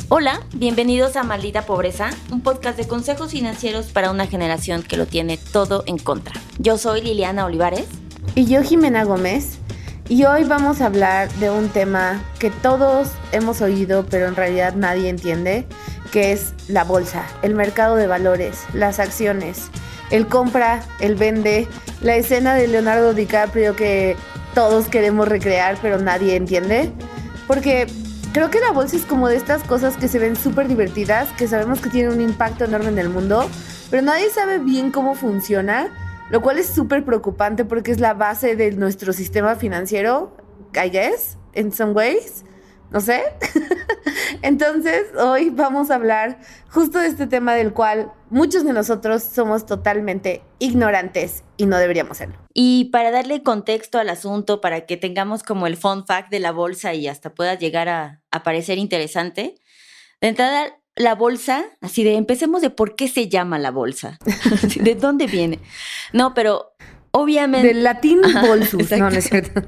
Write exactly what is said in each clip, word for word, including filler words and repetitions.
Hola, bienvenidos a Maldita Pobreza, un podcast de consejos financieros para una generación que lo tiene todo en contra. Yo soy Liliana Olivares. Y yo, Jimena Gómez. Y hoy vamos a hablar de un tema que todos hemos oído, pero en realidad nadie entiende, que es la bolsa, el mercado de valores, las acciones, el compra, el vende, la escena de Leonardo DiCaprio que todos queremos recrear, pero nadie entiende. Porque creo que la bolsa es como de estas cosas que se ven súper divertidas, que sabemos que tienen un impacto enorme en el mundo, pero nadie sabe bien cómo funciona, lo cual es súper preocupante porque es la base de nuestro sistema financiero, I guess, in some ways, no sé. Entonces, hoy vamos a hablar justo de este tema del cual muchos de nosotros somos totalmente ignorantes y no deberíamos serlo. Y para darle contexto al asunto, para que tengamos como el fun fact de la bolsa y hasta pueda llegar a, a parecer interesante, de entrada, la bolsa, así de, empecemos de por qué se llama la bolsa, de dónde viene. No, pero obviamente... Del latín bolsus, no, no es cierto.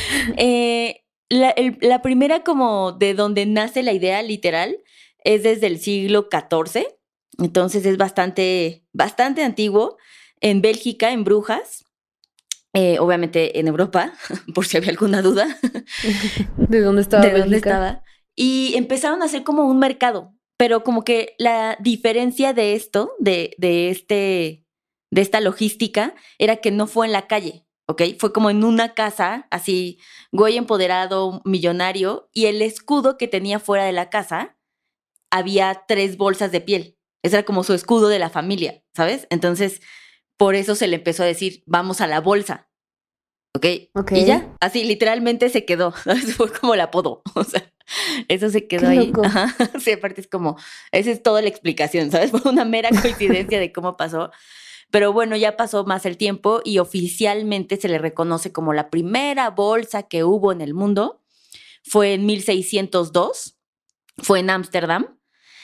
eh, la, el, la primera como de donde nace la idea literal es desde el siglo catorce, entonces es bastante, bastante antiguo, en Bélgica, en Brujas, eh, obviamente en Europa, por si había alguna duda. ¿De dónde estaba ¿De Bélgica? dónde estaba? Y empezaron a hacer como un mercado. Pero como que la diferencia de esto, de, de, este, de esta logística, era que no fue en la calle, ¿ok? Fue como en una casa, así, güey empoderado, millonario, y el escudo que tenía fuera de la casa, había tres bolsas de piel. Ese era como su escudo de la familia, ¿sabes? Entonces, por eso se le empezó a decir, vamos a la bolsa, ¿ok? Okay. Y ya, así, literalmente se quedó, ¿sabes? Fue como el apodo, o sea. Eso se quedó Qué ahí. loco. Ajá. Sí, aparte es como, esa es toda la explicación, ¿sabes? Fue una mera coincidencia de cómo pasó. Pero bueno, ya pasó más el tiempo y oficialmente se le reconoce como la primera bolsa que hubo en el mundo. Fue en mil seiscientos dos, fue en Ámsterdam.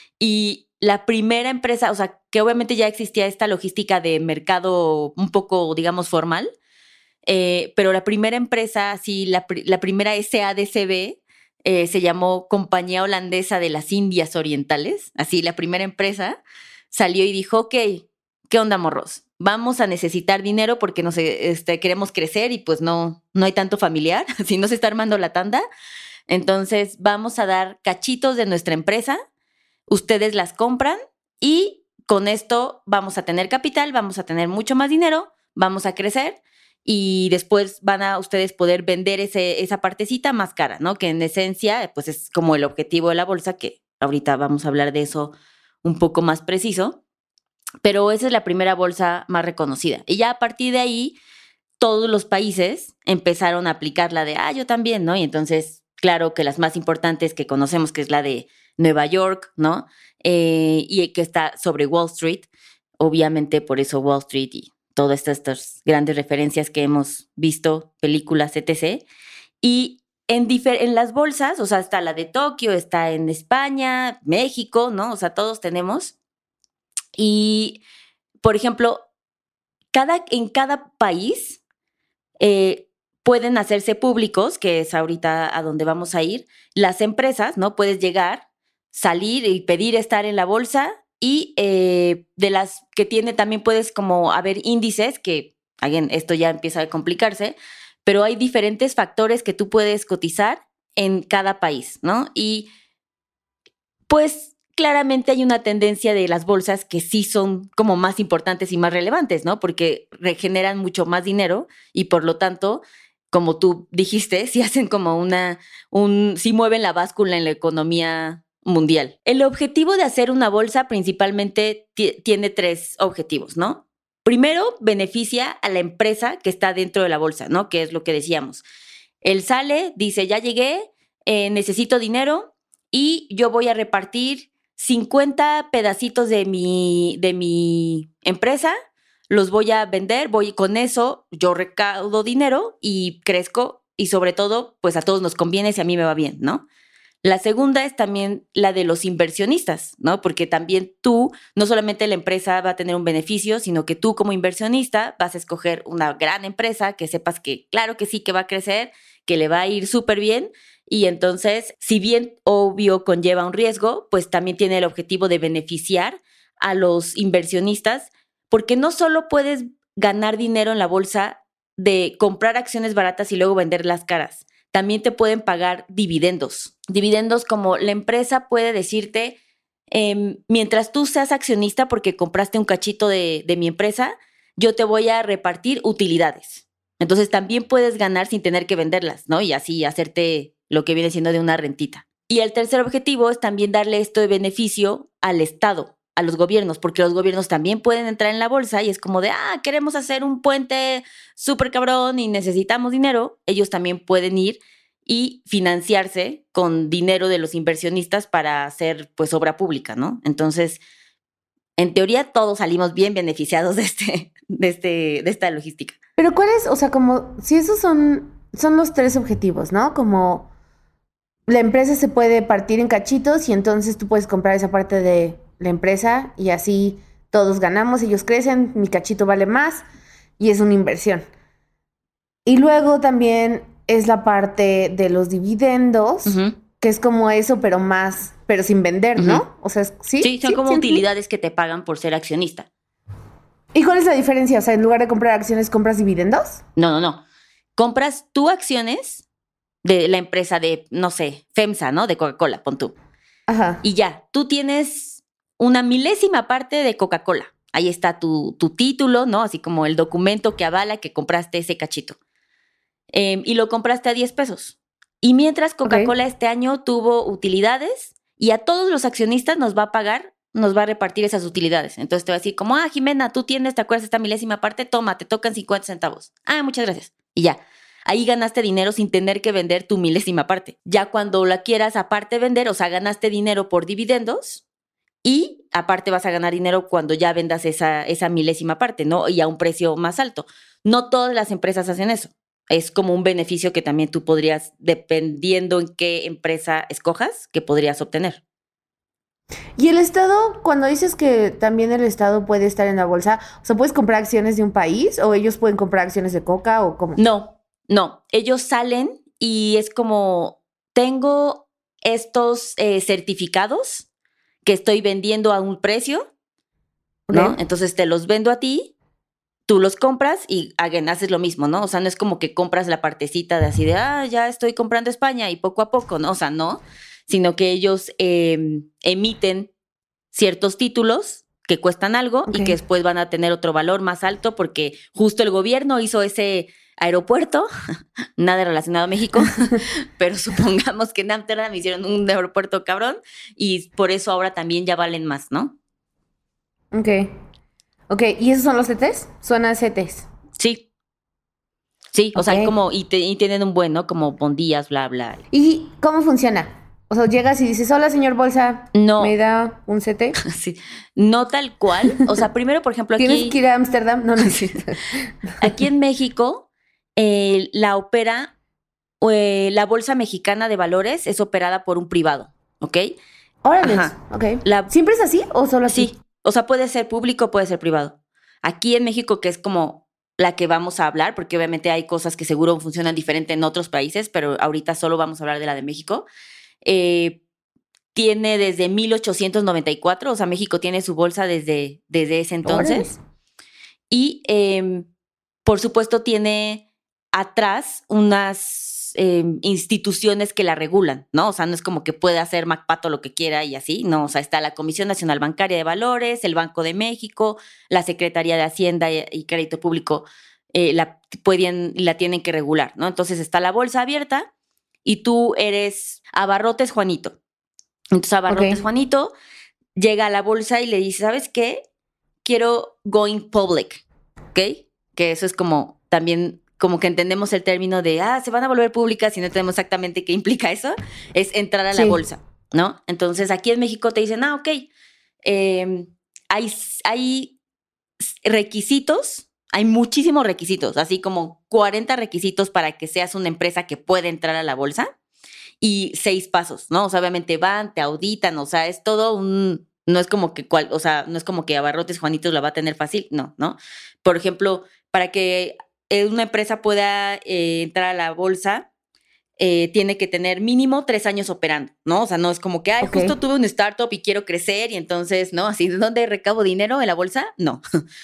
Y la primera empresa, o sea, que obviamente ya existía esta logística de mercado un poco, digamos, formal. Eh, pero la primera empresa, así, la, la primera S A D C B, Eh, se llamó Compañía Holandesa de las Indias Orientales. Así, la primera empresa salió y dijo, ok, ¿qué onda, morros? Vamos a necesitar dinero porque nos, este, queremos crecer y pues no, no hay tanto familiar, así no se está armando la tanda. Entonces, vamos a dar cachitos de nuestra empresa, ustedes las compran y con esto vamos a tener capital, vamos a tener mucho más dinero, vamos a crecer. Y después van a ustedes poder vender ese, esa partecita más cara, ¿no? Que en esencia, pues es como el objetivo de la bolsa, que ahorita vamos a hablar de eso un poco más preciso. Pero esa es la primera bolsa más reconocida. Y ya a partir de ahí, todos los países empezaron a aplicar la de, ah, yo también, ¿no? Y entonces, claro que las más importantes que conocemos, que es la de Nueva York, ¿no? Eh, y que está sobre Wall Street. Obviamente, por eso Wall Street y todas estas, estas grandes referencias que hemos visto, películas, etcétera. Y en, difer- en las bolsas, o sea, está la de Tokio, está en España, México, ¿no? O sea, todos tenemos. Y, por ejemplo, cada, en cada país eh, pueden hacerse públicos, que es ahorita a donde vamos a ir, las empresas, ¿no? Puedes llegar, salir y pedir estar en la bolsa. Y eh, de las que tiene también puedes como haber índices que, again, esto ya empieza a complicarse, pero hay diferentes factores que tú puedes cotizar en cada país, ¿no? Y pues claramente hay una tendencia de las bolsas que sí son como más importantes y más relevantes, ¿no? Porque regeneran mucho más dinero y por lo tanto, como tú dijiste, sí hacen como una, un, sí mueven la báscula en la economía mundial. El objetivo de hacer una bolsa principalmente t- tiene tres objetivos, ¿no? Primero, beneficia a la empresa que está dentro de la bolsa, ¿no? Que es lo que decíamos. Él sale, dice, ya llegué, eh, necesito dinero y yo voy a repartir cincuenta pedacitos de mi, de mi empresa, los voy a vender, voy con eso, yo recaudo dinero y crezco y sobre todo, pues a todos nos conviene si a mí me va bien, ¿no? La segunda es también la de los inversionistas, ¿no? Porque también tú, no solamente la empresa va a tener un beneficio, sino que tú como inversionista vas a escoger una gran empresa que sepas que claro que sí, que va a crecer, que le va a ir súper bien. Y entonces, si bien obvio conlleva un riesgo, pues también tiene el objetivo de beneficiar a los inversionistas, porque no solo puedes ganar dinero en la bolsa de comprar acciones baratas y luego venderlas caras. También te pueden pagar dividendos. Dividendos como la empresa puede decirte, eh, mientras tú seas accionista porque compraste un cachito de, de mi empresa, yo te voy a repartir utilidades. Entonces también puedes ganar sin tener que venderlas, ¿no? Y así hacerte lo que viene siendo de una rentita. Y el tercer objetivo es también darle esto de beneficio al Estado, a los gobiernos, porque los gobiernos también pueden entrar en la bolsa y es como de, ah, queremos hacer un puente súper cabrón y necesitamos dinero. Ellos también pueden ir y financiarse con dinero de los inversionistas para hacer, pues, obra pública, ¿no? Entonces, en teoría, todos salimos bien beneficiados de, este, de, este, de esta logística. Pero ¿cuál es? O sea, como si esos son, son los tres objetivos, ¿no? Como la empresa se puede partir en cachitos y entonces tú puedes comprar esa parte de la empresa y así todos ganamos, ellos crecen, mi cachito vale más y es una inversión. Y luego también es la parte de los dividendos, uh-huh. que es como eso, pero más, pero sin vender, uh-huh. ¿no? O sea, ¿sí? Sí, son ¿Sí? como ¿Sí? utilidades que te pagan por ser accionista. ¿Y cuál es la diferencia? O sea, en lugar de comprar acciones, ¿compras dividendos? No, no, no. Compras tú acciones de la empresa de, no sé, FEMSA, ¿no? De Coca-Cola, pon tú. Ajá. Y ya, tú tienes una milésima parte de Coca-Cola. Ahí está tu, tu título, ¿no? Así como el documento que avala que compraste ese cachito. Eh, y lo compraste a diez pesos. Y mientras Coca-Cola okay. este año tuvo utilidades y a todos los accionistas nos va a pagar, nos va a repartir esas utilidades. Entonces te va a decir como, ah, Jimena, tú tienes, ¿te acuerdas de esta milésima parte? Toma, te tocan cincuenta centavos. Ah, muchas gracias. Y ya. Ahí ganaste dinero sin tener que vender tu milésima parte. Ya cuando la quieras aparte vender, o sea, ganaste dinero por dividendos y aparte vas a ganar dinero cuando ya vendas esa, esa milésima parte, ¿no? Y a un precio más alto. No todas las empresas hacen eso. Es como un beneficio que también tú podrías, dependiendo en qué empresa escojas, que podrías obtener. Y el Estado, cuando dices que también el Estado puede estar en la bolsa, o sea, ¿puedes comprar acciones de un país o ellos pueden comprar acciones de Coca o cómo? No, no. Ellos salen y es como, tengo estos eh, certificados que estoy vendiendo a un precio, ¿no? Okay. Entonces te los vendo a ti. Tú los compras y again, haces lo mismo, ¿no? O sea, no es como que compras la partecita de así de, ah, ya estoy comprando España y poco a poco, ¿no? O sea, no, sino que ellos eh, emiten ciertos títulos que cuestan algo okay. y que después van a tener otro valor más alto porque justo el gobierno hizo ese aeropuerto, nada relacionado a México, pero supongamos que en Ámsterdam hicieron un aeropuerto cabrón y por eso ahora también ya valen más, ¿no? Ok. Ok, ¿y esos son los C Ts? ¿Suenan C Ts? Sí. Sí, o okay. sea, como, y, te, y tienen un buen, ¿no? Como bondías, bla, bla. ¿Y cómo funciona? O sea, llegas y dices, hola, señor Bolsa, no. ¿me da un C T? Sí, no tal cual. O sea, primero, por ejemplo, aquí... ¿Tienes que ir a Ámsterdam? No, no. Aquí en México, eh, la opera, eh, la Bolsa Mexicana de Valores es operada por un privado, ¿ok? Órale, ok. La... ¿Siempre es así o solo así? Sí. O sea, puede ser público, puede ser privado. Aquí en México, que es como la que vamos a hablar, porque obviamente hay cosas que seguro funcionan diferente en otros países, pero ahorita solo vamos a hablar de la de México, eh, tiene desde mil ochocientos noventa y cuatro, o sea, México tiene su bolsa desde, desde ese entonces. ¡Órale! Y, eh, por supuesto, tiene atrás unas... Eh, instituciones que la regulan, ¿no? O sea, no es como que puede hacer MacPato lo que quiera y así, no, o sea, está la Comisión Nacional Bancaria de Valores, el Banco de México, la Secretaría de Hacienda y, y Crédito Público eh, la, pueden, la tienen que regular, ¿no? Entonces está la bolsa abierta y tú eres Abarrotes Juanito. Entonces Abarrotes okay. Juanito llega a la bolsa y le dice, ¿sabes qué? Quiero going public, ¿ok? Que eso es como también... como que entendemos el término de, ah, se van a volver públicas y no tenemos exactamente qué implica eso, es entrar a la sí. bolsa, ¿no? Entonces, aquí en México te dicen, ah, ok, eh, hay, hay requisitos, hay muchísimos requisitos, así como cuarenta requisitos para que seas una empresa que puede entrar a la bolsa y seis pasos, ¿no? O sea, obviamente van, te auditan, o sea, es todo un, no es como que cual, o sea, no es como que Abarrotes Juanitos la va a tener fácil, no, ¿no? Por ejemplo, para que una empresa pueda eh, entrar a la bolsa, eh, tiene que tener mínimo tres años operando, ¿no? O sea, no es como que, ay, Okay. justo tuve un startup y quiero crecer y entonces, ¿no? Así, ¿de dónde recabo dinero? ¿En la bolsa? No.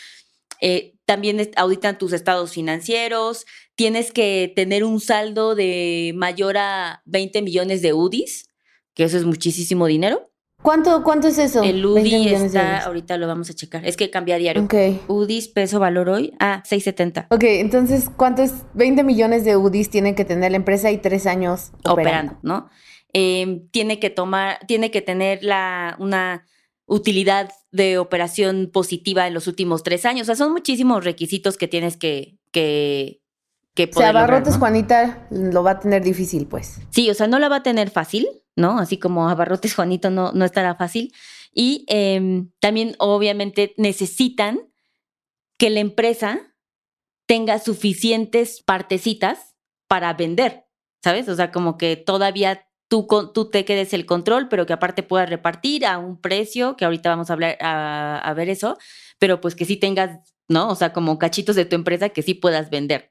Eh, también auditan tus estados financieros, tienes que tener un saldo de mayor a veinte millones de U D Is, que eso es muchísimo dinero. ¿Cuánto, cuánto es eso? El U D I está, de ahorita lo vamos a checar, es que cambia a diario. Ok. U D Is, peso, valor hoy, ah, seis setenta. Ok, entonces, ¿cuántos? veinte millones de U D Is tiene que tener la empresa y tres años operando, operando, ¿no? Eh, tiene que tomar, tiene que tener la, una utilidad de operación positiva en los últimos tres años. O sea, son muchísimos requisitos que tienes que, que, que poder O sea, Abarrotes lograr, ¿no? Juanita lo va a tener difícil, pues. Sí, o sea, no la va a tener fácil, ¿no? Así como Abarrotes Juanito no, no estará fácil. Y eh, también, obviamente, necesitan que la empresa tenga suficientes partecitas para vender, ¿sabes? O sea, como que todavía tú, tú te quedes el control, pero que aparte puedas repartir a un precio, que ahorita vamos a hablar, a, a ver eso, pero pues que sí tengas, ¿no? O sea, como cachitos de tu empresa que sí puedas vender.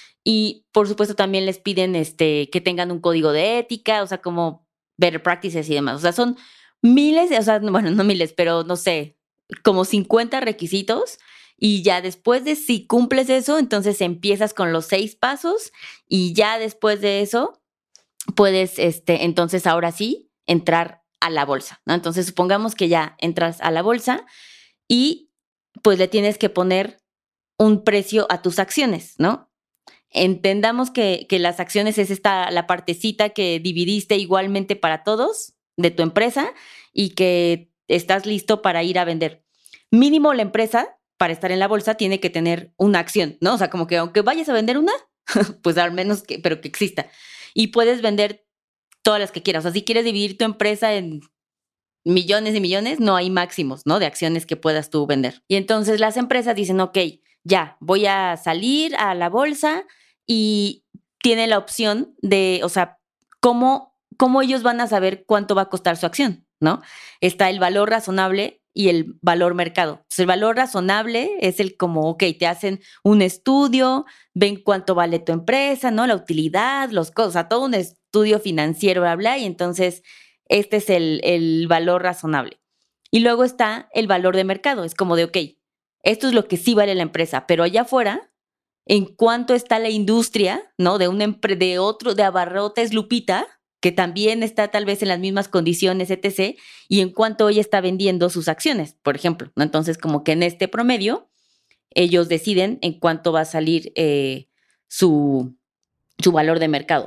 Y por supuesto también les piden este, que tengan un código de ética, o sea, como better practices y demás. O sea, son miles, o sea, bueno, no miles, pero no sé, como cincuenta requisitos. Y ya después de si cumples eso, entonces empiezas con los seis pasos y ya después de eso puedes, este, entonces ahora sí, entrar a la bolsa, ¿no? Entonces supongamos que ya entras a la bolsa y pues le tienes que poner un precio a tus acciones, ¿no? Entendamos que, que las acciones es esta, la partecita que dividiste igualmente para todos de tu empresa y que estás listo para ir a vender. Mínimo la empresa, para estar en la bolsa, tiene que tener una acción, ¿no? O sea, como que aunque vayas a vender una, pues al menos que, pero que exista. Y puedes vender todas las que quieras. O sea, si quieres dividir tu empresa en millones y millones, no hay máximos, ¿no? De acciones que puedas tú vender. Y entonces las empresas dicen, ok, ya, voy a salir a la bolsa y tiene la opción de, o sea, ¿cómo, cómo ellos van a saber cuánto va a costar su acción, ¿no? Está el valor razonable y el valor mercado. Entonces, el valor razonable es el como, ok, te hacen un estudio, ven cuánto vale tu empresa, ¿no? La utilidad, los costos, o sea, todo un estudio financiero, bla, bla, y entonces este es el, el valor razonable. Y luego está el valor de mercado. Es como de, ok, esto es lo que sí vale la empresa, pero allá afuera, ¿en cuánto está la industria, ¿no? De un empre- de otro, de Abarrotes Lupita, que también está tal vez en las mismas condiciones, etcétera, y en cuánto hoy está vendiendo sus acciones, por ejemplo, ¿no? Entonces, como que en este promedio, ellos deciden en cuánto va a salir eh, su, su valor de mercado.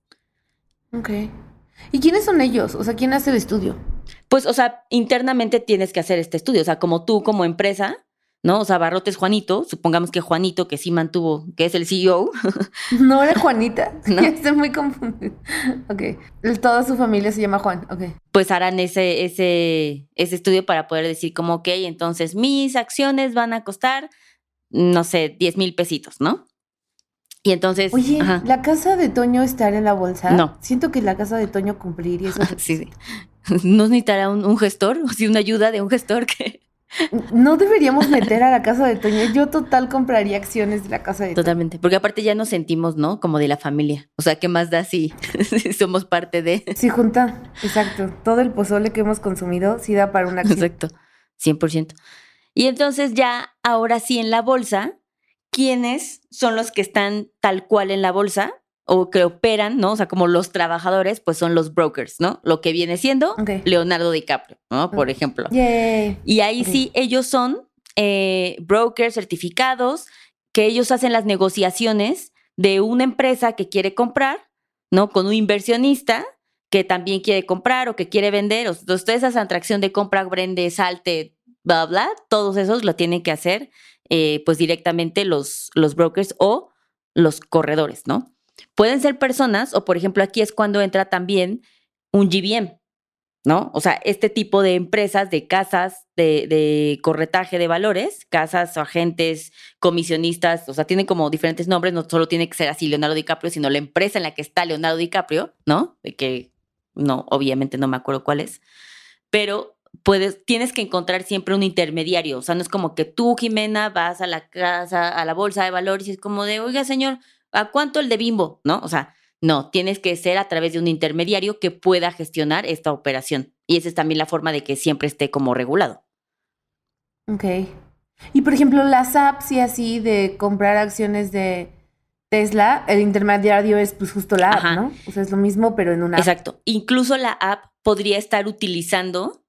Ok. ¿Y quiénes son ellos? O sea, ¿quién hace el estudio? Pues, o sea, internamente tienes que hacer este estudio. O sea, como tú como empresa, ¿no? O sea, Abarrotes Juanito, supongamos que Juanito, que sí mantuvo, que es el C E O. No era Juanita. No. Estoy muy confundida. Ok. Toda su familia se llama Juan. Ok. Pues harán ese, ese, ese estudio para poder decir como, ok, entonces mis acciones van a costar, no sé, diez mil pesitos, ¿no? Y entonces... Oye, ajá. ¿la casa de Toño estará en la bolsa? No. Siento que la casa de Toño cumpliría eso. Sí, sí. ¿No necesitará un, un gestor? O sí, una ayuda de un gestor que... No deberíamos meter a la casa de Toño. Yo total compraría acciones de la casa de Toño. Totalmente, porque aparte ya nos sentimos, ¿no? Como de la familia. O sea, ¿qué más da si, si somos parte de...? Sí, junta, exacto. Todo el pozole que hemos consumido sí da para una acción. Exacto, cien por ciento. Y entonces ya, ahora sí en la bolsa, ¿quiénes son los que están tal cual en la bolsa o que operan, ¿no? O sea, como los trabajadores, pues son los brokers, ¿no? Lo que viene siendo Ok. Leonardo DiCaprio, ¿no? Por ejemplo. Yay. Y ahí Ok. sí, ellos son eh, brokers certificados, que ellos hacen las negociaciones de una empresa que quiere comprar, ¿no? Con un inversionista que también quiere comprar o que quiere vender. O sea, toda esa transacción de compra, vende, salte, bla, bla, todos esos lo tienen que hacer eh, pues directamente los, los brokers o los corredores, ¿no? Pueden ser personas o, por ejemplo, aquí es cuando entra también un G B M, ¿no? O sea, este tipo de empresas, de casas de, de corretaje de valores, casas o agentes, comisionistas, o sea, tienen como diferentes nombres, no solo tiene que ser así Leonardo DiCaprio, sino la empresa en la que está Leonardo DiCaprio, ¿no? De que no, obviamente no me acuerdo cuál es, pero puedes, tienes que encontrar siempre un intermediario, o sea, no es como que tú, Jimena, vas a la casa, a la bolsa de valores y es como de, oiga, señor, ¿a cuánto el de Bimbo? ¿No? O sea, no, tienes que ser a través de un intermediario que pueda gestionar esta operación. Y esa es también la forma de que siempre esté como regulado. Ok. Y por ejemplo, las apps y así de comprar acciones de Tesla, el intermediario es pues justo la app, Ajá. ¿no? O sea, es lo mismo, pero en una app. Exacto. Incluso la app podría estar utilizando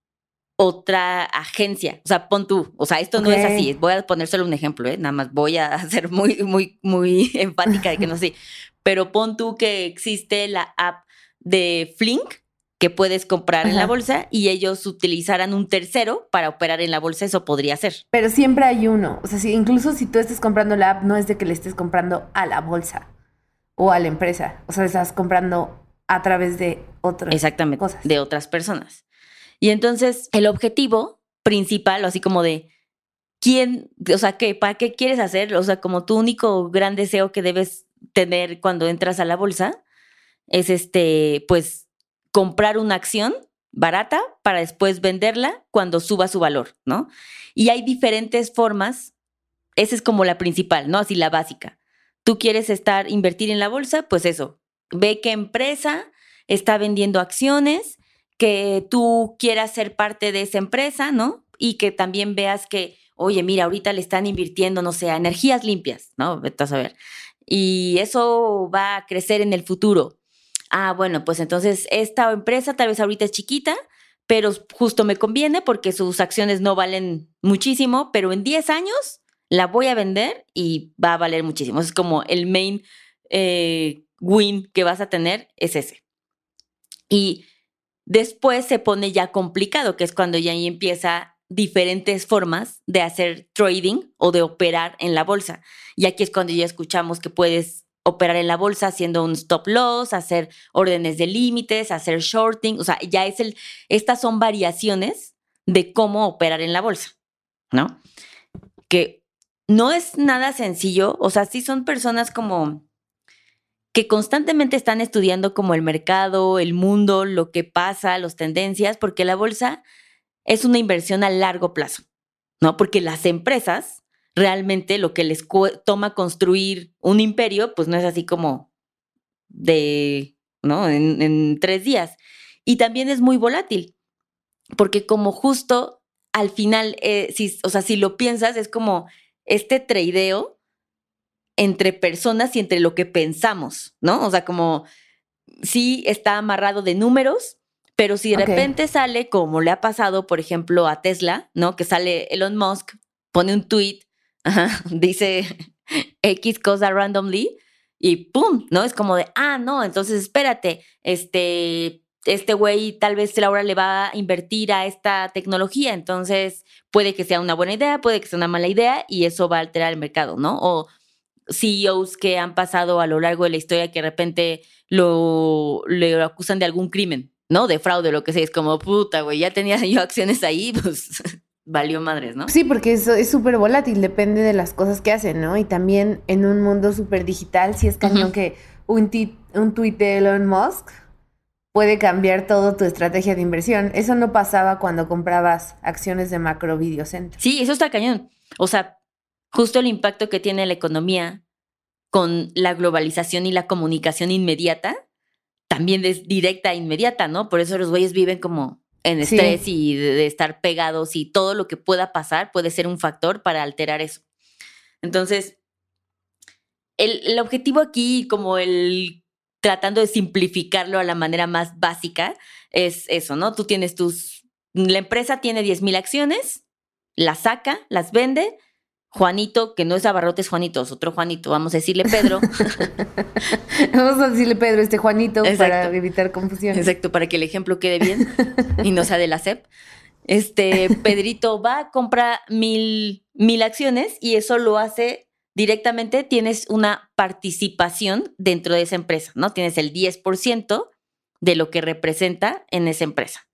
otra agencia. O sea, pon tú. O sea, esto Ok. no es así. Voy a poner solo un ejemplo, ¿eh? Nada más voy a ser muy, muy, muy enfática de que no sé. Pero pon tú que existe la app de Flink que puedes comprar en la Ajá. bolsa y ellos utilizaran un tercero para operar en la bolsa. Eso podría ser. Pero siempre hay uno. O sea, si, incluso si tú estás comprando la app, no es de que le estés comprando a la bolsa o a la empresa. O sea, estás comprando a través de otras Exactamente, cosas. de otras personas. Y entonces el objetivo principal, o así como de quién, o sea, ¿qué, ¿para qué quieres hacer? O sea, como tu único gran deseo que debes tener cuando entras a la bolsa es este, pues, comprar una acción barata para después venderla cuando suba su valor, ¿no? Y hay diferentes formas, esa es como la principal, ¿no? Así la básica. Tú quieres estar, invertir en la bolsa, pues eso, ve qué empresa está vendiendo acciones, que tú quieras ser parte de esa empresa, ¿no? Y que también veas que, oye, mira, ahorita le están invirtiendo, no sé, a energías limpias, ¿no? Vete a saber. Y eso va a crecer en el futuro. Ah, bueno, pues entonces esta empresa tal vez ahorita es chiquita, pero justo me conviene porque sus acciones no valen muchísimo, pero en diez años la voy a vender y va a valer muchísimo. Es como el main eh, win que vas a tener es ese. Y después se pone ya complicado, que es cuando ya ahí empieza diferentes formas de hacer trading o de operar en la bolsa. Y aquí es cuando ya escuchamos que puedes operar en la bolsa haciendo un stop loss, hacer órdenes de límites, hacer shorting. O sea, ya es el, estas son variaciones de cómo operar en la bolsa, ¿no? Que no es nada sencillo. O sea, sí son personas como que constantemente están estudiando como el mercado, el mundo, lo que pasa, las tendencias, porque la bolsa es una inversión a largo plazo, ¿no? Porque las empresas realmente lo que les toma construir un imperio, pues no es así como de, ¿no? En, en tres días. Y también es muy volátil, porque como justo al final, eh, si, o sea, si lo piensas, es como este tradeo entre personas y entre lo que pensamos, ¿no? O sea, como sí está amarrado de números, pero si de Ok. repente sale, como le ha pasado, por ejemplo, a Tesla, ¿no? Que sale Elon Musk, pone un tweet, ajá, dice X cosa randomly y ¡pum! ¿No? Es como de, ah, no, entonces espérate, este, este güey tal vez ahora le va a invertir a esta tecnología, entonces puede que sea una buena idea, puede que sea una mala idea y eso va a alterar el mercado, ¿no? O C E Os que han pasado a lo largo de la historia que de repente lo, le acusan de algún crimen, ¿no? De fraude, lo que sea. Es como, puta, güey, ya tenía yo acciones ahí, pues valió madres, ¿no? Sí, porque eso es súper volátil, depende de las cosas que hacen, ¿no? Y también en un mundo súper digital, sí es cañón Ujú. que un, ti- un tweet de Elon Musk puede cambiar toda tu estrategia de inversión. Eso no pasaba cuando comprabas acciones de Macro Video Center. Sí, eso está cañón. O sea, justo el impacto que tiene la economía con la globalización y la comunicación inmediata, también es directa e inmediata, ¿no? Por eso los güeyes viven como en estrés Sí, y de, de estar pegados y todo lo que pueda pasar puede ser un factor para alterar eso. Entonces, el, el objetivo aquí, como el tratando de simplificarlo a la manera más básica, es eso, ¿no? Tú tienes tus, la empresa tiene diez mil acciones, las saca, las vende. Juanito, que no es Abarrotes Juanito, es otro Juanito, vamos a decirle Pedro. vamos a decirle Pedro, este Juanito, para Exacto, evitar confusiones. exacto, para que el ejemplo quede bien y no sea de la S E P. Este, Pedrito va, compra mil, mil acciones y eso lo hace directamente, tienes una participación dentro de esa empresa, ¿no? Tienes el diez por ciento de lo que representa en esa empresa.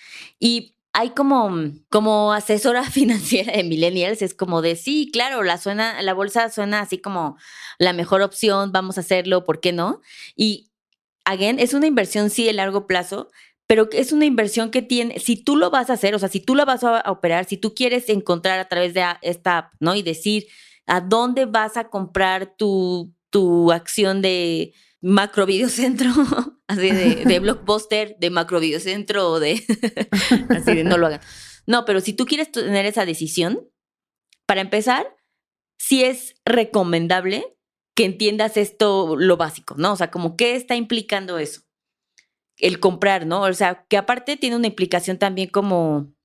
Y hay como, como asesora financiera de millennials, es como de, sí, claro, la, suena, la bolsa suena así como la mejor opción, vamos a hacerlo, ¿por qué no? Y, again, es una inversión, sí, de largo plazo, pero es una inversión que tiene, si tú lo vas a hacer, o sea, si tú lo vas a, a operar, si tú quieres encontrar a través de esta app, ¿no? Y decir a dónde vas a comprar tu, tu acción de Macro Videocentro, así de, de Blockbuster, de Macro Videocentro o de, así de no lo hagan. No, pero si tú quieres tener esa decisión, para empezar, sí es recomendable que entiendas esto, lo básico, ¿no? O sea, como qué está implicando eso. El comprar, ¿no? O sea, que aparte tiene una implicación también como,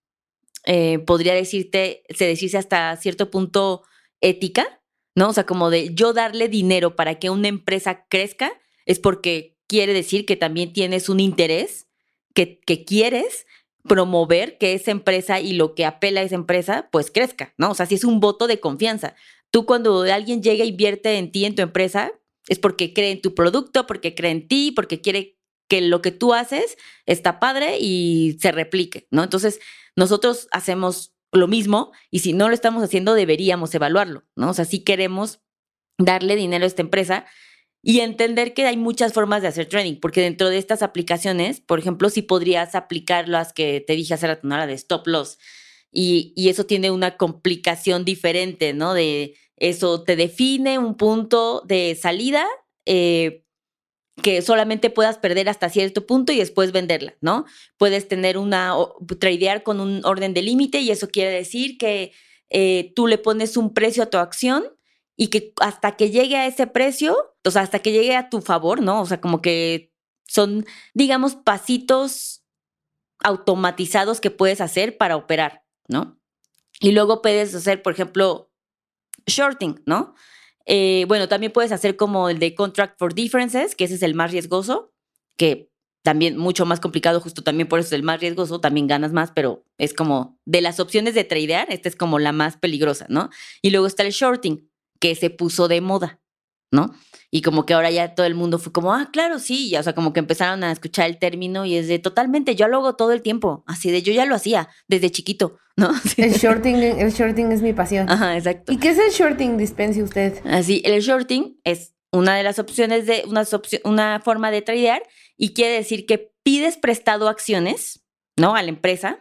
eh, podría decirte, se decirse hasta cierto punto ética, ¿no? O sea, como de yo darle dinero para que una empresa crezca es porque quiere decir que también tienes un interés, que, que quieres promover que esa empresa y lo que apela a esa empresa, pues crezca, ¿no? O sea, si es un voto de confianza. Tú cuando alguien llega e invierte en ti, en tu empresa, es porque cree en tu producto, porque cree en ti, porque quiere que lo que tú haces está padre y se replique, ¿no? Entonces, nosotros hacemos lo mismo y si no lo estamos haciendo, deberíamos evaluarlo, ¿no? O sea, si queremos darle dinero a esta empresa y entender que hay muchas formas de hacer trading, porque dentro de estas aplicaciones, por ejemplo, si podrías aplicar las que te dije hace rato, ¿no? La de stop loss, y, y eso tiene una complicación diferente, ¿no? De eso te define un punto de salida, eh, que solamente puedas perder hasta cierto punto y después venderla, ¿no? Puedes tener una, o, tradear con un orden de límite y eso quiere decir que eh, tú le pones un precio a tu acción y que hasta que llegue a ese precio, o sea, hasta que llegue a tu favor, ¿no? O sea, como que son, digamos, pasitos automatizados que puedes hacer para operar, ¿no? Y luego puedes hacer, por ejemplo, shorting, ¿no? Eh, bueno, también puedes hacer como el de Contract for Differences, que ese es el más riesgoso, que también mucho más complicado, justo también por eso es el más riesgoso, también ganas más, pero es como de las opciones de tradear, esta es como la más peligrosa, ¿no? Y luego está el shorting, que se puso de moda, ¿no? Y como que ahora ya todo el mundo fue como, ah, claro, sí, ya, o sea, como que empezaron a escuchar el término y es de totalmente, yo lo hago todo el tiempo, así de yo ya lo hacía desde chiquito, ¿no? Sí. El shorting, el shorting es mi pasión. Ajá, exacto. ¿Y qué es el shorting? Dispense usted. Así, el shorting es una de las opciones de una, opci- una forma de tradear y quiere decir que pides prestado acciones, ¿no? A la empresa,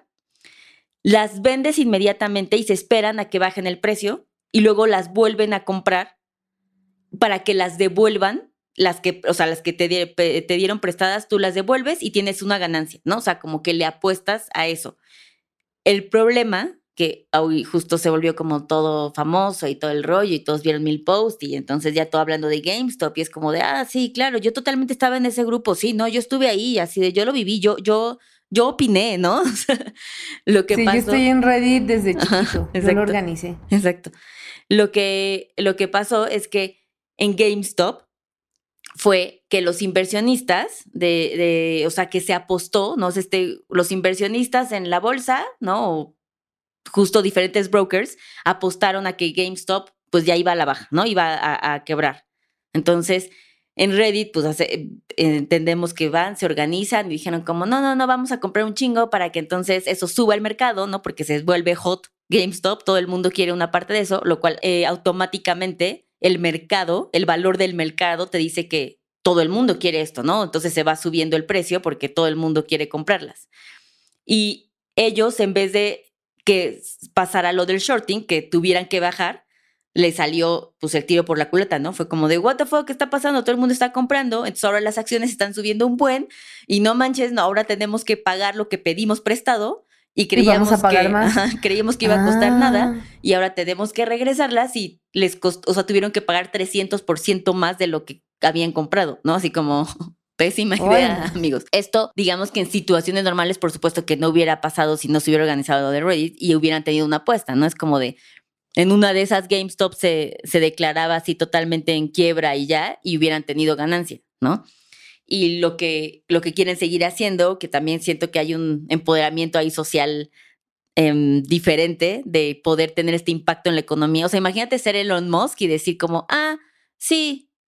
las vendes inmediatamente y se esperan a que bajen el precio y luego las vuelven a comprar para que las devuelvan, las que, o sea, las que te, di- pe- te dieron prestadas, tú las devuelves y tienes una ganancia, ¿no? O sea, como que le apuestas a eso. El problema, que hoy justo se volvió como todo famoso y todo el rollo y todos vieron mil posts y entonces ya todo hablando de GameStop y es como de, ah, sí, claro, yo totalmente estaba en ese grupo, sí, no, yo estuve ahí, así de, yo lo viví, yo, yo, yo opiné, ¿no? O sea, lo que Sí, pasó. yo estoy en Reddit desde chiquito. Ajá, Yo lo exacto. organicé. Exacto. Lo que, lo que pasó es que en GameStop fue que los inversionistas de, de, o sea, que se apostó, ¿no? O sea, este, los inversionistas en la bolsa, ¿no? O justo diferentes brokers apostaron a que GameStop pues ya iba a la baja, ¿no? Iba a, a quebrar. Entonces, en Reddit, pues hace, eh, entendemos que van, se organizan y dijeron como, no, no, no, vamos a comprar un chingo para que entonces eso suba al mercado, ¿no? Porque se vuelve hot GameStop, todo el mundo quiere una parte de eso, lo cual eh, automáticamente el mercado, el valor del mercado te dice que todo el mundo quiere esto, ¿no? Entonces se va subiendo el precio porque todo el mundo quiere comprarlas. Y ellos, en vez de que pasara lo del shorting, que tuvieran que bajar, le salió pues el tiro por la culata, ¿no? Fue como de, what the fuck, ¿qué está pasando? Todo el mundo está comprando, entonces ahora las acciones están subiendo un buen y no manches, no, ahora tenemos que pagar lo que pedimos prestado y creíamos, ¿Y vamos a pagar que, más? ajá, creíamos que iba a costar Ah. nada y ahora tenemos que regresarlas y les costó, o sea, tuvieron que pagar trescientos por ciento más de lo que habían comprado, ¿no? Así como... Pésima idea, Bueno. amigos. Esto, digamos que en situaciones normales, por supuesto que no hubiera pasado si no se hubiera organizado lo de Reddit y hubieran tenido una apuesta, ¿no? Es como de, en una de esas GameStop se, se declaraba así totalmente en quiebra y ya, y hubieran tenido ganancia, ¿no? Y lo que, lo que quieren seguir haciendo, que también siento que hay un empoderamiento ahí social eh, diferente de poder tener este impacto en la economía. O sea, imagínate ser Elon Musk y decir como, ah, sí,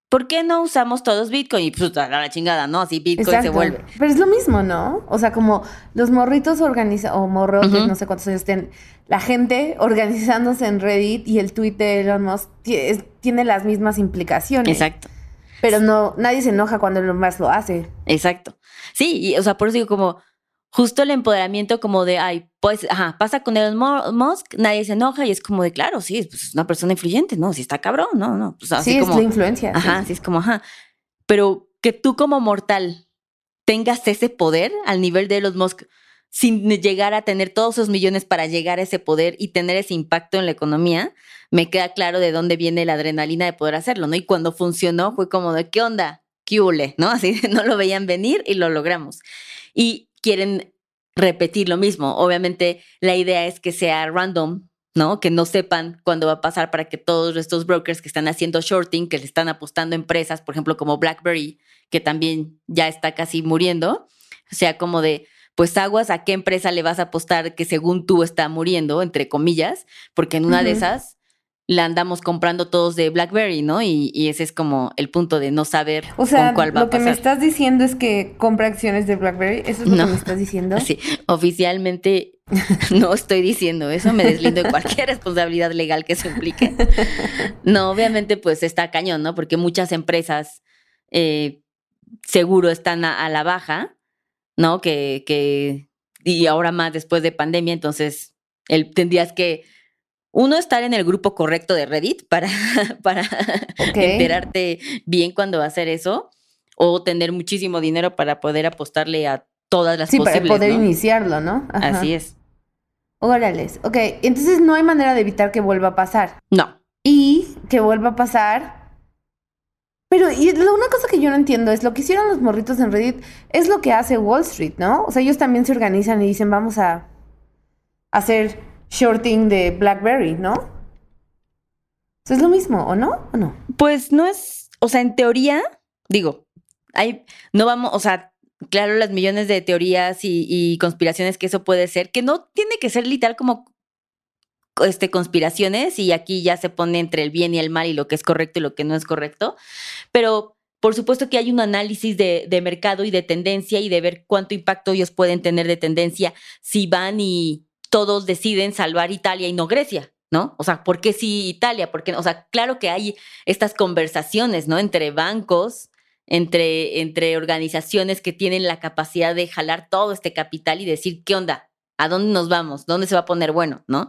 ¿por qué no usamos todos Bitcoin? Y pues a la chingada, ¿no? Así Bitcoin Exacto. se vuelve. Pero es lo mismo, ¿no? O sea, como los morritos organizan, o morrotes, Ujú. no sé cuántos años tienen, la gente organizándose en Reddit y el tweet de Elon Musk ti- es- tiene las mismas implicaciones. Exacto. Pero no, nadie se enoja cuando Elon Musk lo hace. Exacto. Sí, y, o sea, por eso digo como justo el empoderamiento como de, ay, pues, ajá, pasa con Elon Mu- Musk, nadie se enoja y es como de, claro, sí, pues es una persona influyente, ¿no? Si está cabrón, no, no. Pues así Sí, es como, la influencia. ajá, Sí. así es como, ajá. Pero que tú como mortal tengas ese poder al nivel de Elon Musk sin llegar a tener todos esos millones para llegar a ese poder y tener ese impacto en la economía, me queda claro de dónde viene la adrenalina de poder hacerlo, ¿no? Y cuando funcionó fue como de, ¿qué onda? ¿Qué hule? ¿No? Así de, no lo veían venir y lo logramos. Y quieren repetir lo mismo. Obviamente la idea es que sea random, ¿no? Que no sepan cuándo va a pasar para que todos estos brokers que están haciendo shorting, que le están apostando a empresas, por ejemplo, como BlackBerry, que también ya está casi muriendo, sea como de, pues aguas, ¿a qué empresa le vas a apostar que según tú está muriendo, entre comillas? Porque en una Ujú. de esas la andamos comprando todos de BlackBerry, ¿no? Y, y ese es como el punto de no saber O sea, con cuál va lo a que me pasar. estás diciendo es que compra acciones de BlackBerry. ¿Eso es lo No. que me estás diciendo? Sí, oficialmente no estoy diciendo eso, me deslindo de cualquier responsabilidad legal que se implique. No, obviamente pues está cañón, ¿no? Porque muchas empresas eh, seguro están a, a la baja, ¿no? Que, que, y ahora más después de pandemia, entonces el, tendrías que, uno, estar en el grupo correcto de Reddit para, para Ok. enterarte bien cuando va a hacer eso, o tener muchísimo dinero para poder apostarle a todas las Sí, para posibles, poder ¿no? iniciarlo, ¿no? Ajá. Así es. Órales. Ok, entonces no hay manera de evitar que vuelva a pasar. No. Y que vuelva a pasar. Pero y lo- una cosa que yo no entiendo es lo que hicieron los morritos en Reddit es lo que hace Wall Street, ¿no? O sea, ellos también se organizan y dicen, vamos a hacer shorting de BlackBerry, ¿no? O sea, es lo mismo, ¿o no? ¿O no? Pues no es, o sea, en teoría, digo, hay, no vamos, o sea, claro, las millones de teorías y, y conspiraciones que eso puede ser, que no tiene que ser literal como este, conspiraciones, y aquí ya se pone entre el bien y el mal y lo que es correcto y lo que no es correcto, pero por supuesto que hay un análisis de, de mercado y de tendencia y de ver cuánto impacto ellos pueden tener de tendencia si van y todos deciden salvar Italia y no Grecia, ¿no? O sea, ¿por qué sí Italia? ¿Por qué no? O sea, claro que hay estas conversaciones, ¿no? Entre bancos, entre, entre organizaciones que tienen la capacidad de jalar todo este capital y decir, ¿qué onda? ¿A dónde nos vamos? ¿Dónde se va a poner bueno? ¿No?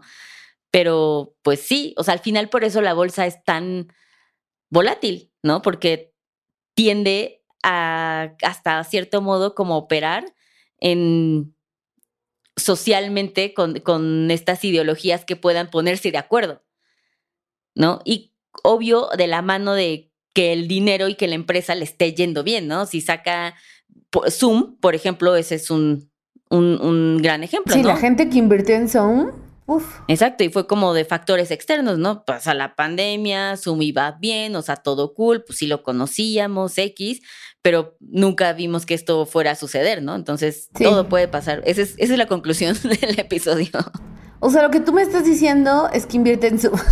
Pero pues sí, o sea, al final por eso la bolsa es tan volátil, ¿no? Porque tiende a, hasta cierto modo, como operar en socialmente con, con estas ideologías que puedan ponerse de acuerdo, ¿no? Y obvio, de la mano de que el dinero y que la empresa le esté yendo bien, ¿no? Si saca po- Zoom, por ejemplo, ese es un, un, un gran ejemplo, Sí, ¿no? la gente que invirtió en Zoom, uf. Exacto, y fue como de factores externos, ¿no? Pasa la pandemia, Zoom iba bien, o sea, todo cool, pues sí lo conocíamos, X, pero nunca vimos que esto fuera a suceder, ¿no? Entonces, Sí. todo puede pasar. Esa es, esa es la conclusión del episodio. O sea, lo que tú me estás diciendo es que invierte en Zoom.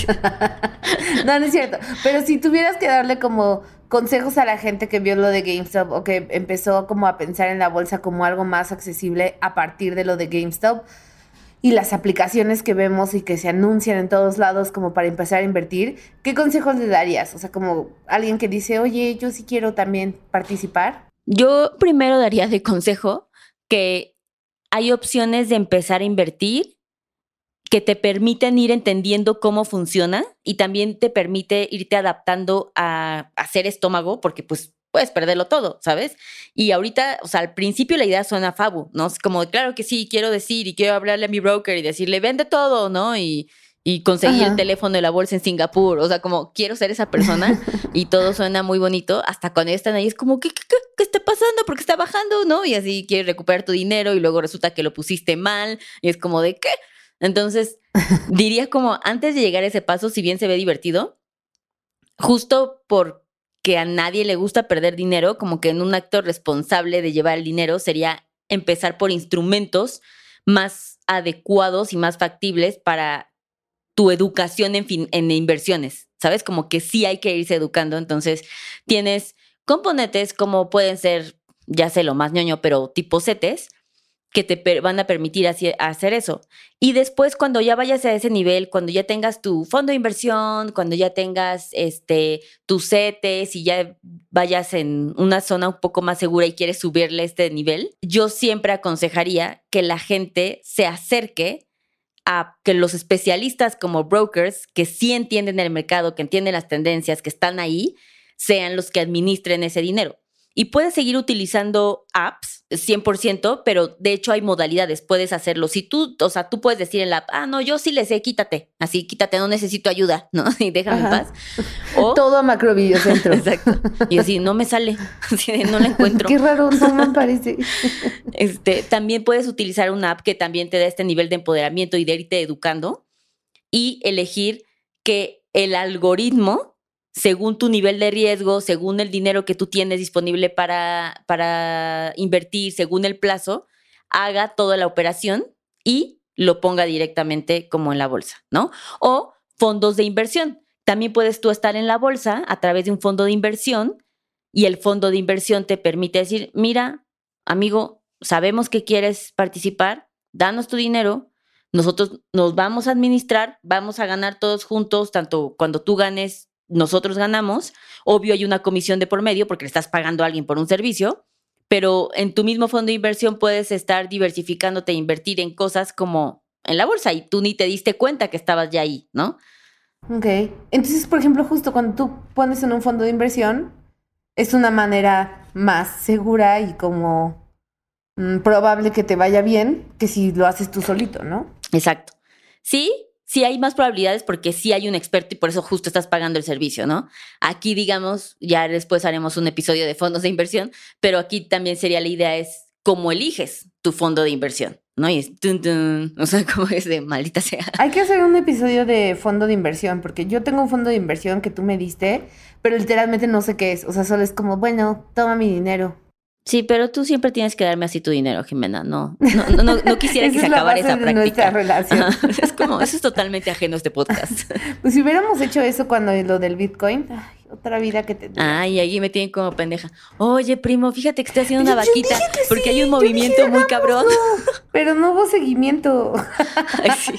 No, no es cierto. Pero si tuvieras que darle como consejos a la gente que vio lo de GameStop o que empezó como a pensar en la bolsa como algo más accesible a partir de lo de GameStop y las aplicaciones que vemos y que se anuncian en todos lados como para empezar a invertir, ¿qué consejos le darías? O sea, como alguien que dice, oye, yo sí quiero también participar. Yo primero daría de consejo que hay opciones de empezar a invertir que te permiten ir entendiendo cómo funciona y también te permite irte adaptando a hacer estómago, porque pues puedes perderlo todo, ¿sabes? Y ahorita, o sea, al principio la idea suena fabu, ¿no? Es como, claro que sí, quiero decir y quiero hablarle a mi broker y decirle, vende todo, ¿no? Y, y conseguir Ajá. el teléfono de la bolsa en Singapur, o sea, como quiero ser esa persona y todo suena muy bonito, hasta cuando ellos están ahí es como, ¿qué, qué, qué, qué está pasando? ¿Por qué está bajando? ¿No? Y así quieres recuperar tu dinero y luego resulta que lo pusiste mal y es como de, ¿qué? Entonces, diría como antes de llegar a ese paso, si bien se ve divertido, justo porque a nadie le gusta perder dinero, como que en un acto responsable de llevar el dinero sería empezar por instrumentos más adecuados y más factibles para tu educación en, fin, en inversiones, ¿sabes? Como que sí hay que irse educando. Entonces, tienes componentes como pueden ser, ya sé lo más ñoño, pero tipo CETES, que te per- van a permitir así- hacer eso. Y después, cuando ya vayas a ese nivel, cuando ya tengas tu fondo de inversión, cuando ya tengas este, tus CETES y ya vayas en una zona un poco más segura y quieres subirle este nivel, yo siempre aconsejaría que la gente se acerque a que los especialistas como brokers, que sí entienden el mercado, que entienden las tendencias, que están ahí, sean los que administren ese dinero. Y puedes seguir utilizando apps cien por ciento, pero de hecho hay modalidades, puedes hacerlo. Si tú, o sea, tú puedes decir en la app, ah, no, yo sí le sé, quítate, así, quítate, no necesito ayuda, ¿no? Y déjame Ajá. en paz. O, Todo a Macrovideocentro. exacto. Y así, no me sale, así de, no la encuentro. Qué raro, no me parece. Este, también puedes utilizar una app que también te da este nivel de empoderamiento y de irte educando y elegir que el algoritmo, según tu nivel de riesgo, según el dinero que tú tienes disponible para, para invertir, según el plazo, haga toda la operación y lo ponga directamente como en la bolsa, ¿no? O fondos de inversión. También puedes tú estar en la bolsa a través de un fondo de inversión y el fondo de inversión te permite decir, mira, amigo, sabemos que quieres participar, danos tu dinero, nosotros nos vamos a administrar, vamos a ganar todos juntos, tanto cuando tú ganes, nosotros ganamos. Obvio hay una comisión de por medio porque le estás pagando a alguien por un servicio, pero en tu mismo fondo de inversión puedes estar diversificándote e invertir en cosas como en la bolsa y tú ni te diste cuenta que estabas ya ahí, ¿no? Ok. Entonces, por ejemplo, justo cuando tú pones en un fondo de inversión, es una manera más segura y como mm, probable que te vaya bien que si lo haces tú solito, ¿no? Exacto. Sí, sí hay más probabilidades porque sí hay un experto y por eso justo estás pagando el servicio, ¿no? Aquí, digamos, ya después haremos un episodio de fondos de inversión, pero aquí también sería la idea es cómo eliges tu fondo de inversión, ¿no? Y es tun, tun, o sea, como es de maldita sea. Hay que hacer un episodio de fondo de inversión, porque yo tengo un fondo de inversión que tú me diste, pero literalmente no sé qué es. O sea, solo es como, bueno, toma mi dinero. Sí, pero tú siempre tienes que darme así tu dinero, Jimena. No, no, no, no, no quisiera que Esa se es la acabara base esa de práctica. nuestra relación. Ajá, es como, eso es totalmente ajeno a este podcast. Pues si hubiéramos hecho eso cuando lo del Bitcoin, ay, otra vida que tendría. Ay, ahí me tienen como pendeja. Oye, primo, fíjate que estoy haciendo una Yo- yo vaquita dije que porque sí, hay un yo movimiento dije, muy cabrón. Pero no hubo seguimiento. Ay, sí.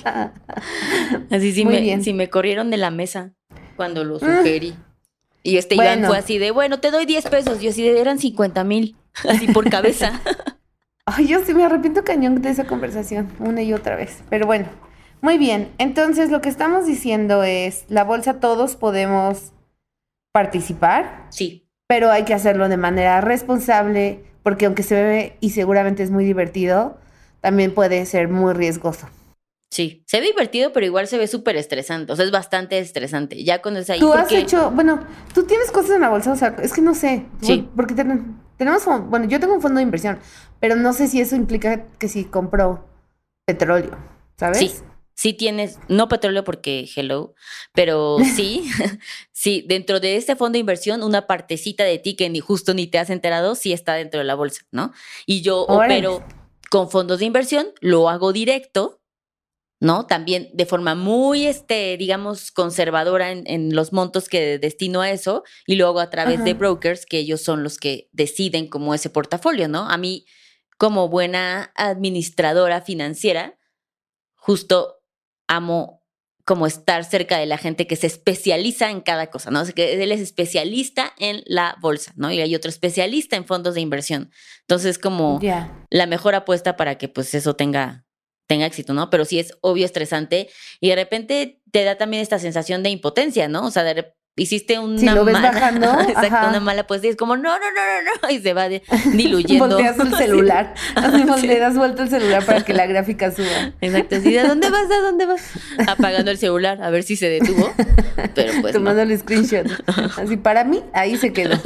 Así sí Muy me, bien. sí me corrieron de la mesa cuando lo sugerí. Y este Iván Bueno. fue así de, bueno, te doy diez pesos. Yo así de, eran cincuenta mil, así por cabeza. Ay, yo sí me arrepiento cañón de esa conversación, una y otra vez. Pero bueno, muy bien. Entonces, lo que estamos diciendo es, la bolsa todos podemos participar, Sí, pero hay que hacerlo de manera responsable, porque aunque se ve y seguramente es muy divertido, también puede ser muy riesgoso. sí. Se ve divertido, pero igual se ve súper estresante. O sea, es bastante estresante. Ya cuando es ahí, Tú has porque... hecho, bueno, tú tienes cosas en la bolsa, o sea, es que no sé, Sí. porque ten- tenemos, bueno, yo tengo un fondo de inversión, pero no sé si eso implica que si compro petróleo, ¿sabes? Sí, sí tienes, no petróleo porque hello, pero sí, sí, dentro de este fondo de inversión, una partecita de ti que ni justo ni te has enterado, sí está dentro de la bolsa, ¿no? Y yo Órale. opero con fondos de inversión, lo hago directo, ¿no? También de forma muy, este, digamos, conservadora en, en los montos que destino a eso y lo hago a través Ajá. de brokers, que ellos son los que deciden como ese portafolio, ¿no? A mí, como buena administradora financiera, justo amo como estar cerca de la gente que se especializa en cada cosa, ¿no? O sea, que él es especialista en la bolsa, ¿no? Y hay otro especialista en fondos de inversión. Entonces, como Ya. la mejor apuesta para que pues eso tenga, tenga éxito, ¿no? Pero sí es obvio estresante y de repente te da también esta sensación de impotencia, ¿no? O sea, de rep- hiciste una Si lo ves mala, bajando, exacto, ajá. una mala apuesta y es como, no, no, no, no, no, y se va de- diluyendo. Volteas el Sí. celular, así Sí. le das vuelta el celular para que la gráfica suba. Exacto, así, ¿de dónde vas? ¿A dónde vas? Apagando el celular, a ver si se detuvo. Pero pues Tomando no. el screenshot. Así, para mí, ahí se quedó.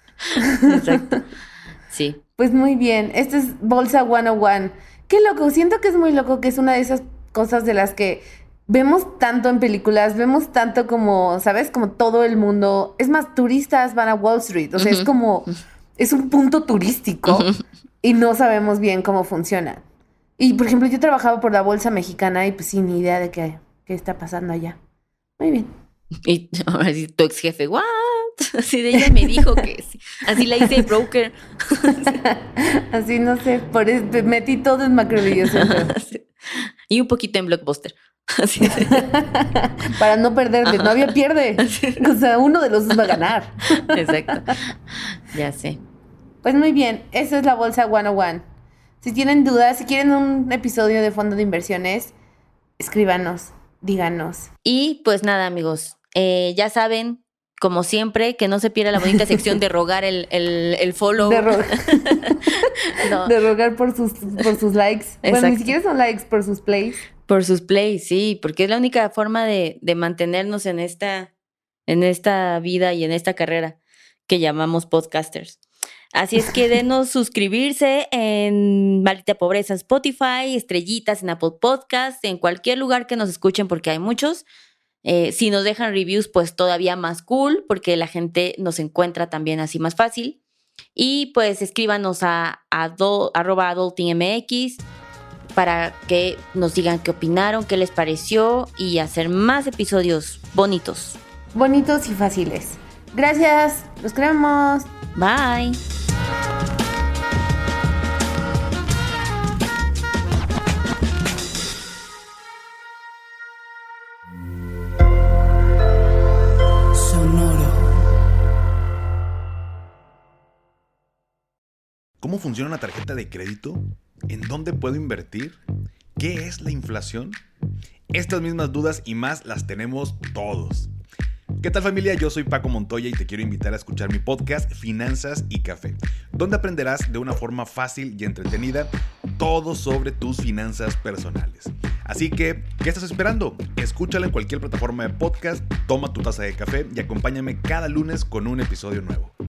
Exacto. Sí, Pues muy bien, este es Bolsa ciento uno. Qué loco, siento que es muy loco, que es una de esas cosas de las que vemos tanto en películas, vemos tanto como, ¿sabes? Como todo el mundo. Es más, turistas van a Wall Street, o sea, es Ujú. como, es un punto turístico Ujú. y no sabemos bien cómo funciona. Y, por ejemplo, yo trabajaba por la Bolsa Mexicana y pues sin ni idea de qué, qué está pasando allá. Muy bien. Y ahora sí, tu ex jefe, ¿what? Así de ella me dijo que sí. Así la hice broker. Así, no sé, por eso metí todo en Macrovideo Centro. Y un poquito en Blockbuster. Así de... Para no perderle, no había pierde. O sea, uno de los dos va a ganar. Exacto. Ya sé. Pues muy bien, esa es la Bolsa ciento uno. Si tienen dudas, si quieren un episodio de fondo de inversiones, escríbanos, díganos. Y pues nada, amigos, eh, ya saben, como siempre, que no se pierda la bonita sección de rogar el, el, el follow. De, ro no. de rogar por sus, por sus likes. Exacto. Bueno, ni siquiera son likes, por sus plays. Por sus plays, sí, porque es la única forma de, de mantenernos en esta, en esta vida y en esta carrera que llamamos podcasters. Así es que denos suscribirse en Maldita Pobreza, Spotify, estrellitas en Apple Podcasts, en cualquier lugar que nos escuchen porque hay muchos. Eh, si nos dejan reviews, pues todavía más cool porque la gente nos encuentra también así más fácil. Y pues escríbanos a, a do, arroba adultingmx para que nos digan qué opinaron, qué les pareció y hacer más episodios bonitos. Bonitos y fáciles. Gracias, los queremos. Bye. ¿Cómo funciona una tarjeta de crédito? ¿En dónde puedo invertir? ¿Qué es la inflación? Estas mismas dudas y más las tenemos todos. ¿Qué tal, familia? Yo soy Paco Montoya y te quiero invitar a escuchar mi podcast Finanzas y Café, donde aprenderás de una forma fácil y entretenida todo sobre tus finanzas personales. Así que, ¿qué estás esperando? Escúchala en cualquier plataforma de podcast, toma tu taza de café y acompáñame cada lunes con un episodio nuevo.